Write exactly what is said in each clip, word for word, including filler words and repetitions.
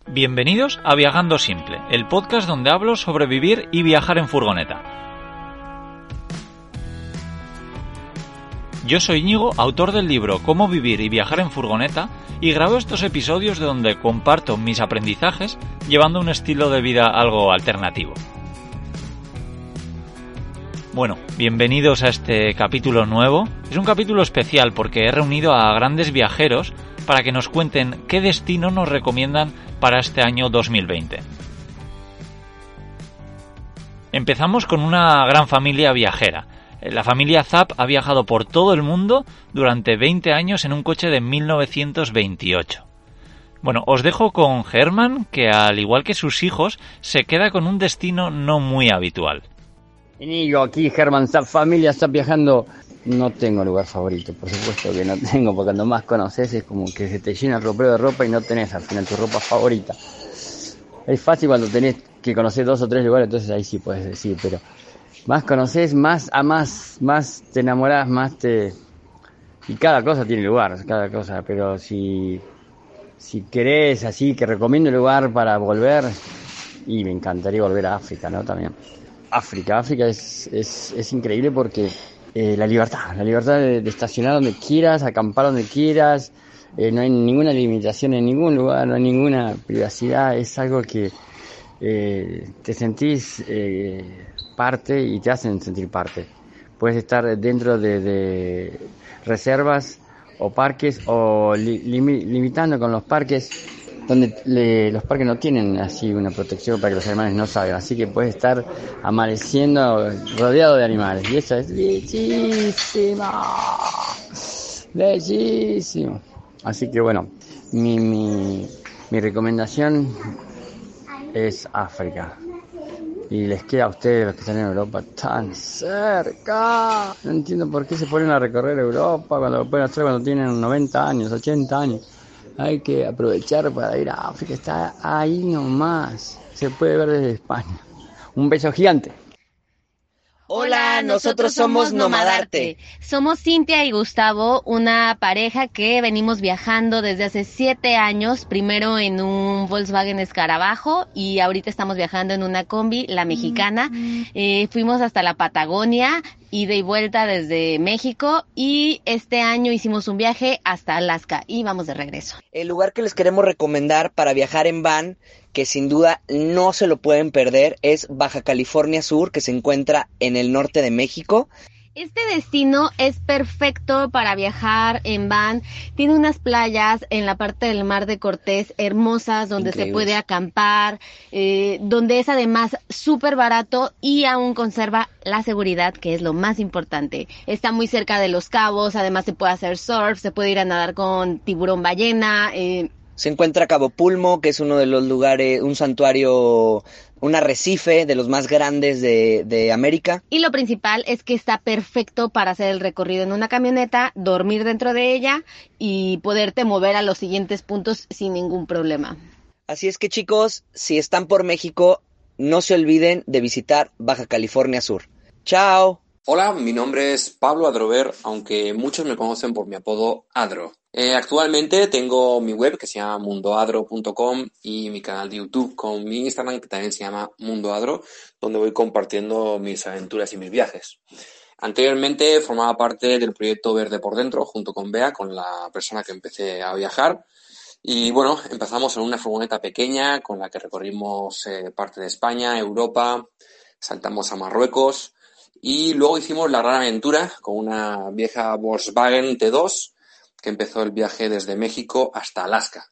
Bienvenidos a Viajando Simple, el podcast donde hablo sobre vivir y viajar en furgoneta. Yo soy Íñigo, autor del libro Cómo vivir y viajar en furgoneta, y grabo estos episodios de donde comparto mis aprendizajes llevando un estilo de vida algo alternativo. Bueno, bienvenidos a este capítulo nuevo. Es un capítulo especial porque he reunido a grandes viajeros para que nos cuenten qué destino nos recomiendan para este año dos mil veinte. Empezamos con una gran familia viajera. La familia Zapp ha viajado por todo el mundo durante veinte años en un coche de mil novecientos veintiocho. Bueno, os dejo con Germán, que al igual que sus hijos, se queda con un destino no muy habitual. Íñigo, aquí Germán Zapp, familia Zapp viajando. No tengo lugar favorito, por supuesto que no tengo, porque cuando más conoces es como que se te llena el ropero de ropa y no tenés al final tu ropa favorita. Es fácil cuando tenés que conocer dos o tres lugares, entonces ahí sí puedes decir, pero más conoces, más amás, más te enamorás, más te... Y cada cosa tiene lugar, cada cosa, pero si, si querés así, que recomiendo el lugar para volver, y me encantaría volver a África, ¿no? También. África, África es, es, es increíble porque... Eh, la libertad, la libertad de, de estacionar donde quieras, acampar donde quieras, eh, no hay ninguna limitación en ningún lugar, no hay ninguna privacidad, es algo que eh, te sentís eh, parte y te hacen sentir parte. Puedes estar dentro de, de reservas o parques o li, limi, limitando con los parques donde le, los parques no tienen así una protección para que los animales no salgan, así que puedes estar amaneciendo rodeado de animales, y eso es bellísimo, bellísimo. Así que bueno, mi, mi, mi recomendación es África, y les queda a ustedes, los que están en Europa, tan cerca. No entiendo por qué se ponen a recorrer Europa cuando lo pueden hacer cuando tienen noventa años, ochenta años. Hay que aprovechar para ir a África, está ahí nomás. Se puede ver desde España. Un beso gigante. Hola, nosotros somos Nomadarte. Somos Cintia y Gustavo, una pareja que venimos viajando desde hace siete años, primero en un Volkswagen Escarabajo y ahorita estamos viajando en una combi, la mexicana. Eh, fuimos hasta la Patagonia, ida y vuelta desde México, y este año hicimos un viaje hasta Alaska y vamos de regreso. El lugar que les queremos recomendar para viajar en van, que sin duda no se lo pueden perder, es Baja California Sur, que se encuentra en el norte de México. Este destino es perfecto para viajar en van. Tiene unas playas en la parte del Mar de Cortés hermosas, donde Increíbles. Se puede acampar, eh, donde es además súper barato y aún conserva la seguridad, que es lo más importante. Está muy cerca de Los Cabos, además se puede hacer surf, se puede ir a nadar con tiburón ballena. Eh, Se encuentra Cabo Pulmo, que es uno de los lugares, un santuario, un arrecife de los más grandes de, de América. Y lo principal es que está perfecto para hacer el recorrido en una camioneta, dormir dentro de ella y poderte mover a los siguientes puntos sin ningún problema. Así es que, chicos, si están por México, no se olviden de visitar Baja California Sur. ¡Chao! Hola, mi nombre es Pablo Adrover, aunque muchos me conocen por mi apodo Adro. Eh, actualmente tengo mi web que se llama mundoadro punto com y mi canal de YouTube con mi Instagram que también se llama mundoadro, donde voy compartiendo mis aventuras y mis viajes. Anteriormente formaba parte del proyecto Verde por Dentro junto con Bea, con la persona que empecé a viajar. Y bueno, empezamos en una furgoneta pequeña con la que recorrimos eh, parte de España, Europa, saltamos a Marruecos. Y luego hicimos la gran aventura con una vieja Volkswagen T dos que empezó el viaje desde México hasta Alaska.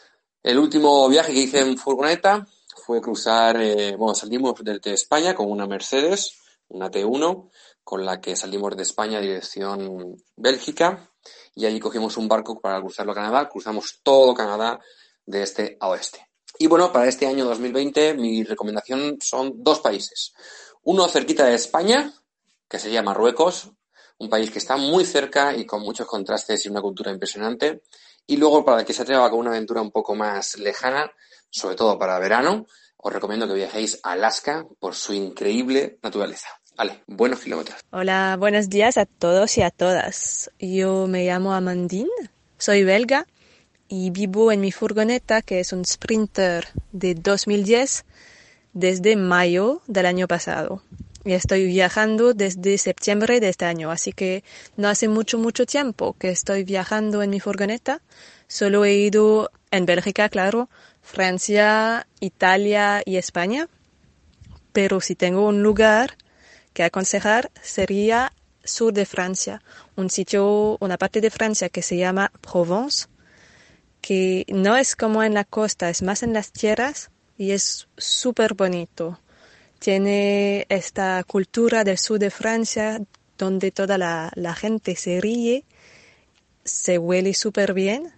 El último viaje que hice en furgoneta fue cruzar, eh, bueno, salimos desde España con una Mercedes, una T uno, con la que salimos de España dirección Bélgica y allí cogimos un barco para cruzarlo a Canadá, cruzamos todo Canadá de este a oeste. Y bueno, para este año dos mil veinte mi recomendación son dos países. Uno cerquita de España, que sería Marruecos, un país que está muy cerca y con muchos contrastes y una cultura impresionante. Y luego, para el que se atreva con una aventura un poco más lejana, sobre todo para verano, os recomiendo que viajéis a Alaska por su increíble naturaleza. Vale, buenos kilómetros. Hola, buenos días a todos y a todas. Yo me llamo Amandine, soy belga. y vivo en mi furgoneta, que es un Sprinter de dos mil diez, desde mayo del año pasado. Y estoy viajando desde septiembre de este año, así que no hace mucho, mucho tiempo que estoy viajando en mi furgoneta. Solo he ido en Bélgica, claro, Francia, Italia y España. Pero si tengo un lugar que aconsejar, sería sur de Francia, un sitio, una parte de Francia que se llama Provence, que no es como en la costa, es más en las tierras y es súper bonito. Tiene esta cultura del sur de Francia donde toda la, la gente se ríe, se huele súper bien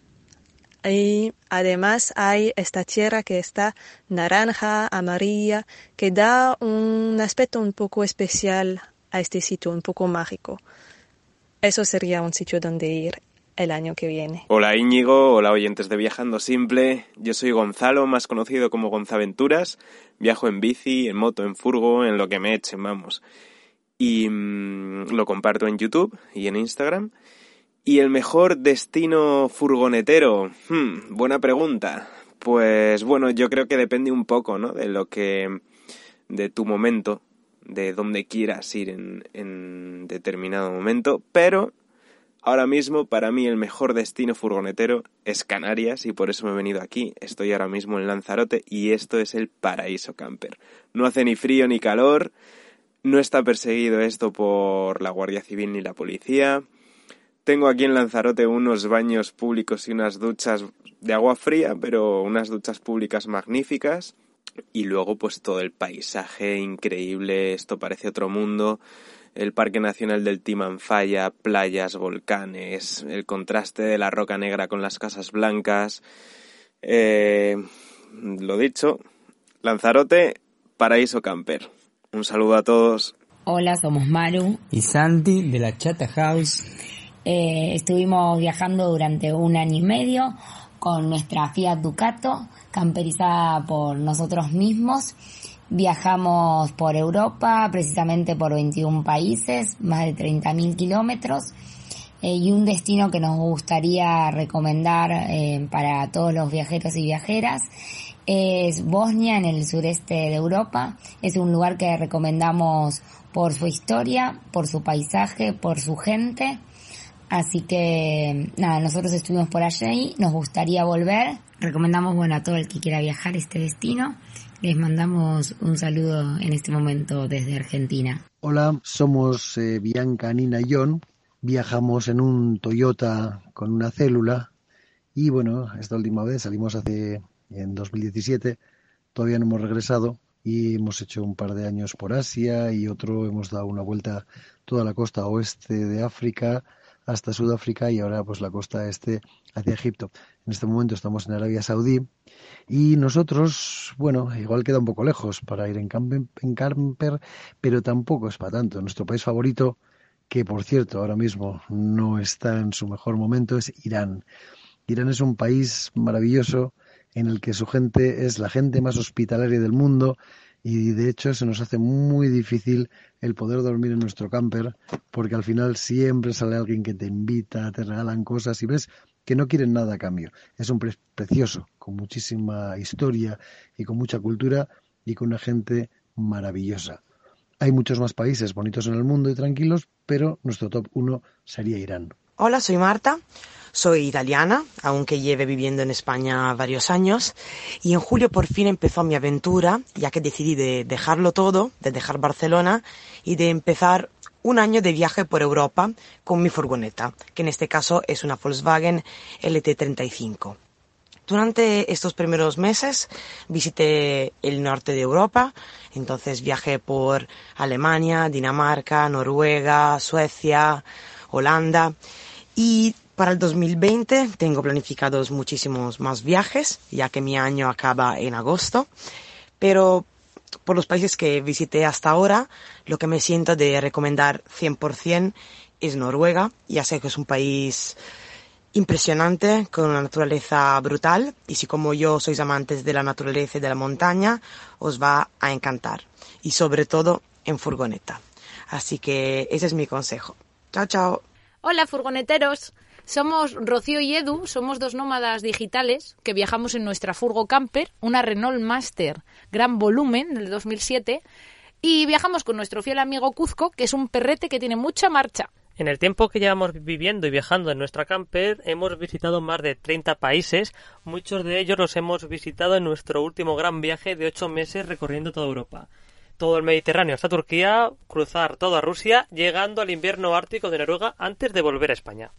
y además hay esta tierra que está naranja, amarilla, que da un aspecto un poco especial a este sitio, un poco mágico. Eso sería un sitio donde ir el año que viene. Hola Íñigo, hola oyentes de Viajando Simple. Yo soy Gonzalo, más conocido como Gonzaventuras. Viajo en bici, en moto, en furgo, en lo que me echen, vamos. Y mmm, lo comparto en YouTube y en Instagram. ¿Y el mejor destino furgonetero? Hmm, buena pregunta. Pues bueno, yo creo que depende un poco, ¿no? De lo que... de tu momento, de dónde quieras ir en, en determinado momento, pero... ahora mismo, para mí, el mejor destino furgonetero es Canarias y por eso me he venido aquí. Estoy ahora mismo en Lanzarote y esto es el paraíso camper. No hace ni frío ni calor, no está perseguido esto por la Guardia Civil ni la policía. Tengo aquí en Lanzarote unos baños públicos y unas duchas de agua fría, pero unas duchas públicas magníficas. Y luego, pues todo el paisaje increíble, esto parece otro mundo. El Parque Nacional del Timanfaya, playas, volcanes, el contraste de la roca negra con las casas blancas. Eh, lo dicho, Lanzarote, paraíso camper. Un saludo a todos. Hola, somos Maru y Santi de la Chata House. Eh, estuvimos viajando durante un año y medio con nuestra Fiat Ducato, camperizada por nosotros mismos. Viajamos por Europa, precisamente por veintiún países, más de treinta mil kilómetros, eh, y un destino que nos gustaría recomendar eh, para todos los viajeros y viajeras es Bosnia, en el sureste de Europa. Es un lugar que recomendamos por su historia, por su paisaje, por su gente. Así que, nada, nosotros estuvimos por allí, nos gustaría volver. Recomendamos, bueno, a todo el que quiera viajar este destino. Les mandamos un saludo en este momento desde Argentina. Hola, somos eh, Bianca, Nina y John. Viajamos en un Toyota con una célula y bueno, esta última vez salimos hace en dos mil diecisiete, todavía no hemos regresado y hemos hecho un par de años por Asia y otro hemos dado una vuelta toda la costa oeste de África hasta Sudáfrica y ahora pues la costa este hacia Egipto. En este momento estamos en Arabia Saudí y nosotros, bueno, igual queda un poco lejos para ir en camper, en camper, pero tampoco es para tanto. Nuestro país favorito, que por cierto ahora mismo no está en su mejor momento, es Irán. Irán es un país maravilloso en el que su gente es la gente más hospitalaria del mundo y de hecho se nos hace muy difícil el poder dormir en nuestro camper porque al final siempre sale alguien que te invita, te regalan cosas y ves que no quieren nada a cambio. Es un pre- precioso, con muchísima historia y con mucha cultura y con una gente maravillosa. Hay muchos más países bonitos en el mundo y tranquilos, pero nuestro top uno sería Irán. Hola, soy Marta. Soy italiana, aunque lleve viviendo en España varios años, y en julio por fin empezó mi aventura, ya que decidí de dejarlo todo, de dejar Barcelona y de empezar un año de viaje por Europa con mi furgoneta, que en este caso es una Volkswagen L T treinta y cinco. Durante estos primeros meses visité el norte de Europa, entonces viajé por Alemania, Dinamarca, Noruega, Suecia, Holanda y para el dos mil veinte tengo planificados muchísimos más viajes, ya que mi año acaba en agosto, pero por los países que visité hasta ahora, lo que me siento de recomendar cien por ciento es Noruega. Ya sé que es un país impresionante, con una naturaleza brutal, y si como yo sois amantes de la naturaleza y de la montaña, os va a encantar, y sobre todo en furgoneta. Así que ese es mi consejo. Chao, chao. Hola, furgoneteros. Somos Rocío y Edu, somos dos nómadas digitales que viajamos en nuestra furgo camper, una Renault Master gran volumen del dos mil siete, y viajamos con nuestro fiel amigo Cuzco, que es un perrete que tiene mucha marcha. En el tiempo que llevamos viviendo y viajando en nuestra camper, hemos visitado más de treinta países. Muchos de ellos los hemos visitado en nuestro último gran viaje de ocho meses recorriendo toda Europa. Todo el Mediterráneo hasta Turquía, cruzar toda Rusia, llegando al invierno ártico de Noruega antes de volver a España.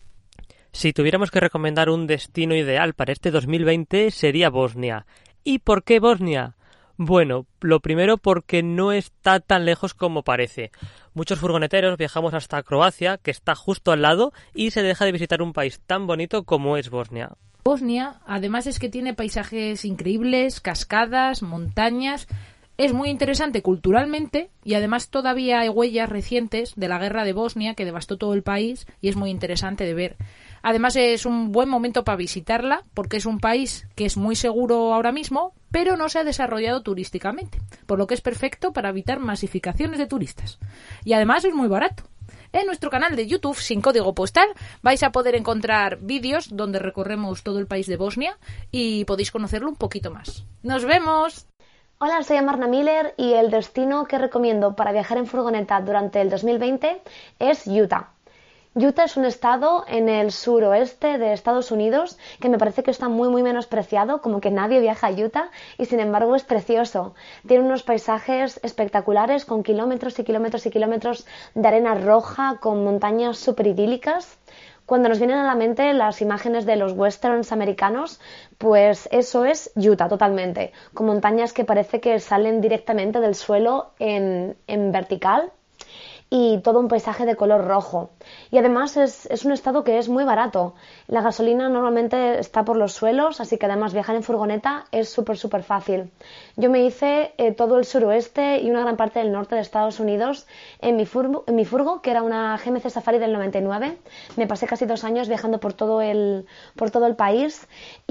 Si tuviéramos que recomendar un destino ideal para este dos mil veinte, sería Bosnia. ¿Y por qué Bosnia? Bueno, lo primero porque no está tan lejos como parece. Muchos furgoneteros viajamos hasta Croacia, que está justo al lado, y se deja de visitar un país tan bonito como es Bosnia. Bosnia, además, es que tiene paisajes increíbles, cascadas, montañas. Es muy interesante culturalmente y además todavía hay huellas recientes de la guerra de Bosnia que devastó todo el país y es muy interesante de ver. Además es un buen momento para visitarla porque es un país que es muy seguro ahora mismo, pero no se ha desarrollado turísticamente, por lo que es perfecto para evitar masificaciones de turistas. Y además es muy barato. En nuestro canal de YouTube, sin código postal, vais a poder encontrar vídeos donde recorremos todo el país de Bosnia y podéis conocerlo un poquito más. ¡Nos vemos! Hola, soy Amarna Miller y el destino que recomiendo para viajar en furgoneta durante el dos mil veinte es Utah. Utah es un estado en el suroeste de Estados Unidos que me parece que está muy muy menospreciado, como que nadie viaja a Utah y sin embargo es precioso. Tiene unos paisajes espectaculares con kilómetros y kilómetros y kilómetros de arena roja con montañas súper idílicas. Cuando nos vienen a la mente las imágenes de los westerns americanos, pues eso es Utah totalmente, con montañas que parece que salen directamente del suelo en, en vertical y todo un paisaje de color rojo. Y además es, es un estado que es muy barato. La gasolina normalmente está por los suelos, así que además viajar en furgoneta es súper súper fácil. Yo me hice eh, todo el suroeste y una gran parte del norte de Estados Unidos en mi, furgo, en mi furgo, que era una G M C Safari del noventa y nueve. Me pasé casi dos años viajando por todo el, por todo el país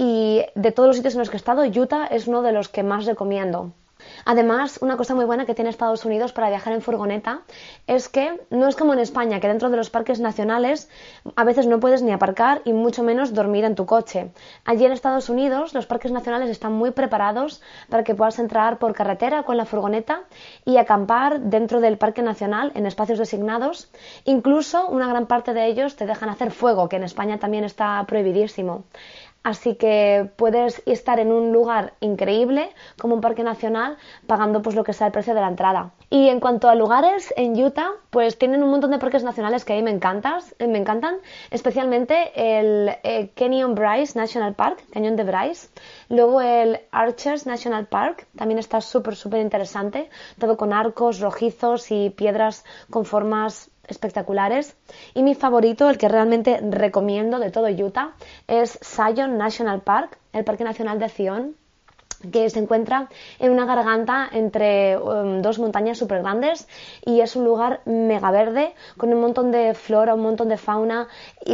y de todos los sitios en los que he estado, Utah es uno de los que más recomiendo. Además, una cosa muy buena que tiene Estados Unidos para viajar en furgoneta es que no es como en España, que dentro de los parques nacionales a veces no puedes ni aparcar y mucho menos dormir en tu coche. Allí en Estados Unidos los parques nacionales están muy preparados para que puedas entrar por carretera con la furgoneta y acampar dentro del parque nacional en espacios designados. Incluso una gran parte de ellos te dejan hacer fuego, que en España también está prohibidísimo. Así que puedes estar en un lugar increíble, como un parque nacional, pagando pues lo que sea el precio de la entrada. Y en cuanto a lugares, en Utah, pues tienen un montón de parques nacionales que a mí me encantan, me encantan especialmente el eh, Canyon Bryce National Park, Cañón de Bryce. Luego el Arches National Park, también está súper, súper interesante, todo con arcos rojizos y piedras con formas espectaculares. Y mi favorito, el que realmente recomiendo de todo Utah, es Zion National Park, el Parque Nacional de Zion, que se encuentra en una garganta entre um, dos montañas súper grandes y es un lugar mega verde con un montón de flora, un montón de fauna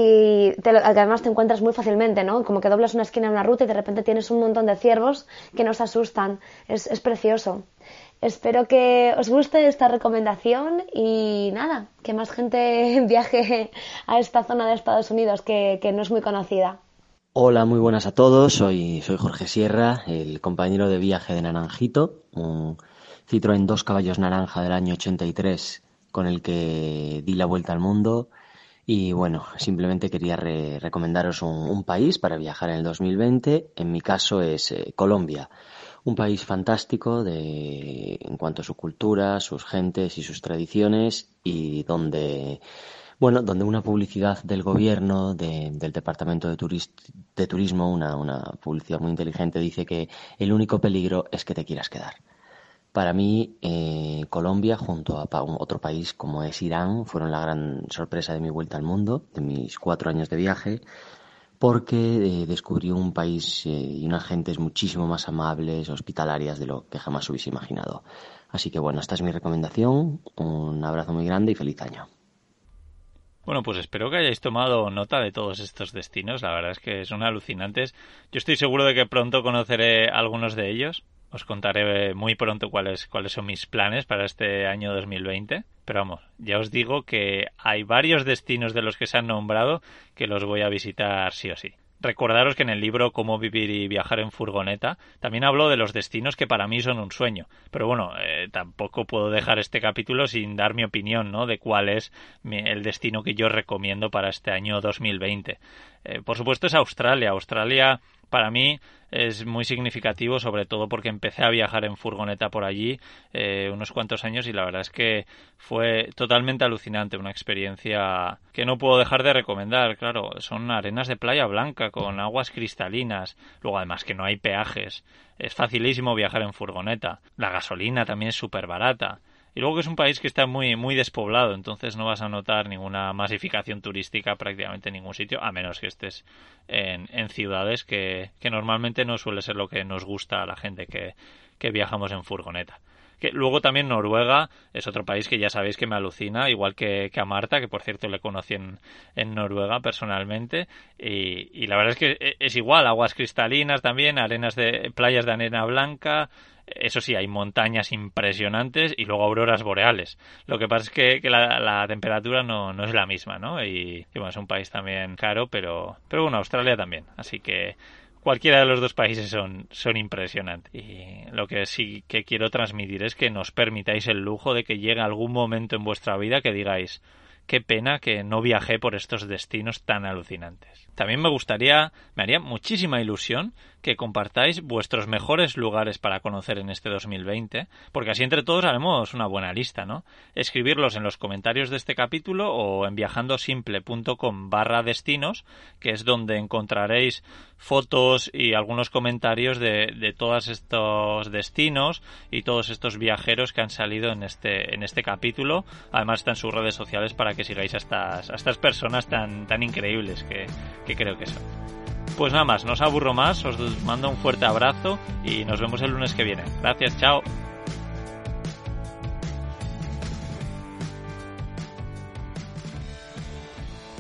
y te lo, además te encuentras muy fácilmente, ¿no? Como que doblas una esquina en una ruta y de repente tienes un montón de ciervos que nos asustan. Es, es precioso. Espero que os guste esta recomendación y nada, que más gente viaje a esta zona de Estados Unidos que, que no es muy conocida. Hola, muy buenas a todos. Soy, soy Jorge Sierra, el compañero de viaje de Naranjito, un Citroën dos caballos naranja del año ochenta y tres con el que di la vuelta al mundo. Y bueno, simplemente quería re- recomendaros un, un país para viajar en el dos mil veinte. En mi caso es eh, Colombia. Un país fantástico de, en cuanto a su cultura, sus gentes y sus tradiciones y donde, bueno, donde una publicidad del gobierno, de, del Departamento de, Turist, de Turismo, una, una publicidad muy inteligente, dice que el único peligro es que te quieras quedar. Para mí, eh, Colombia, junto a otro país como es Irán, fueron la gran sorpresa de mi vuelta al mundo, de mis cuatro años de viaje, porque eh, descubrí un país eh, y unas gentes muchísimo más amables, hospitalarias de lo que jamás hubiese imaginado. Así que bueno, esta es mi recomendación, un abrazo muy grande y feliz año. Bueno, pues espero que hayáis tomado nota de todos estos destinos, la verdad es que son alucinantes. Yo estoy seguro de que pronto conoceré algunos de ellos. Os contaré muy pronto cuáles, cuáles son mis planes para este año dos mil veinte. Pero vamos, ya os digo que hay varios destinos de los que se han nombrado que los voy a visitar sí o sí. Recordaros que en el libro Cómo vivir y viajar en furgoneta también hablo de los destinos que para mí son un sueño. Pero bueno, eh, tampoco puedo dejar este capítulo sin dar mi opinión, ¿no?, de cuál es mi, el destino que yo recomiendo para este año dos mil veinte. Eh, por supuesto es Australia. Australia para mí es muy significativo, sobre todo porque empecé a viajar en furgoneta por allí eh, unos cuantos años y la verdad es que fue totalmente alucinante, una experiencia que no puedo dejar de recomendar. Claro, son arenas de playa blanca con aguas cristalinas, luego además que no hay peajes, es facilísimo viajar en furgoneta, la gasolina también es súper barata. Y luego que es un país que está muy muy despoblado, entonces no vas a notar ninguna masificación turística prácticamente en ningún sitio, a menos que estés en, en ciudades que, que normalmente no suele ser lo que nos gusta a la gente que, que viajamos en furgoneta. Que luego también Noruega es otro país que ya sabéis que me alucina, igual que, que a Marta, que por cierto le conocí en, en Noruega personalmente, y, y la verdad es que es igual, aguas cristalinas también, arenas de playas de arena blanca. Eso sí, hay montañas impresionantes y luego auroras boreales. Lo que pasa es que, que la, la temperatura no, no es la misma, ¿no? Y, y bueno, es un país también caro, pero, pero bueno, Australia también. Así que cualquiera de los dos países son, son impresionantes. Y lo que sí que quiero transmitir es que nos permitáis el lujo de que llegue algún momento en vuestra vida que digáis: qué pena que no viajé por estos destinos tan alucinantes. También me gustaría, me haría muchísima ilusión que compartáis vuestros mejores lugares para conocer en este dos mil veinte, porque así entre todos haremos una buena lista, ¿no? Escribirlos en los comentarios de este capítulo o en viajandosimple.com barra destinos, que es donde encontraréis fotos y algunos comentarios de, de todos estos destinos y todos estos viajeros que han salido en este, en este capítulo. Además está en sus redes sociales para que sigáis a estas, a estas personas tan, tan increíbles que, que creo que son. Pues nada más, no os aburro más, os mando un fuerte abrazo y nos vemos el lunes que viene. Gracias, chao.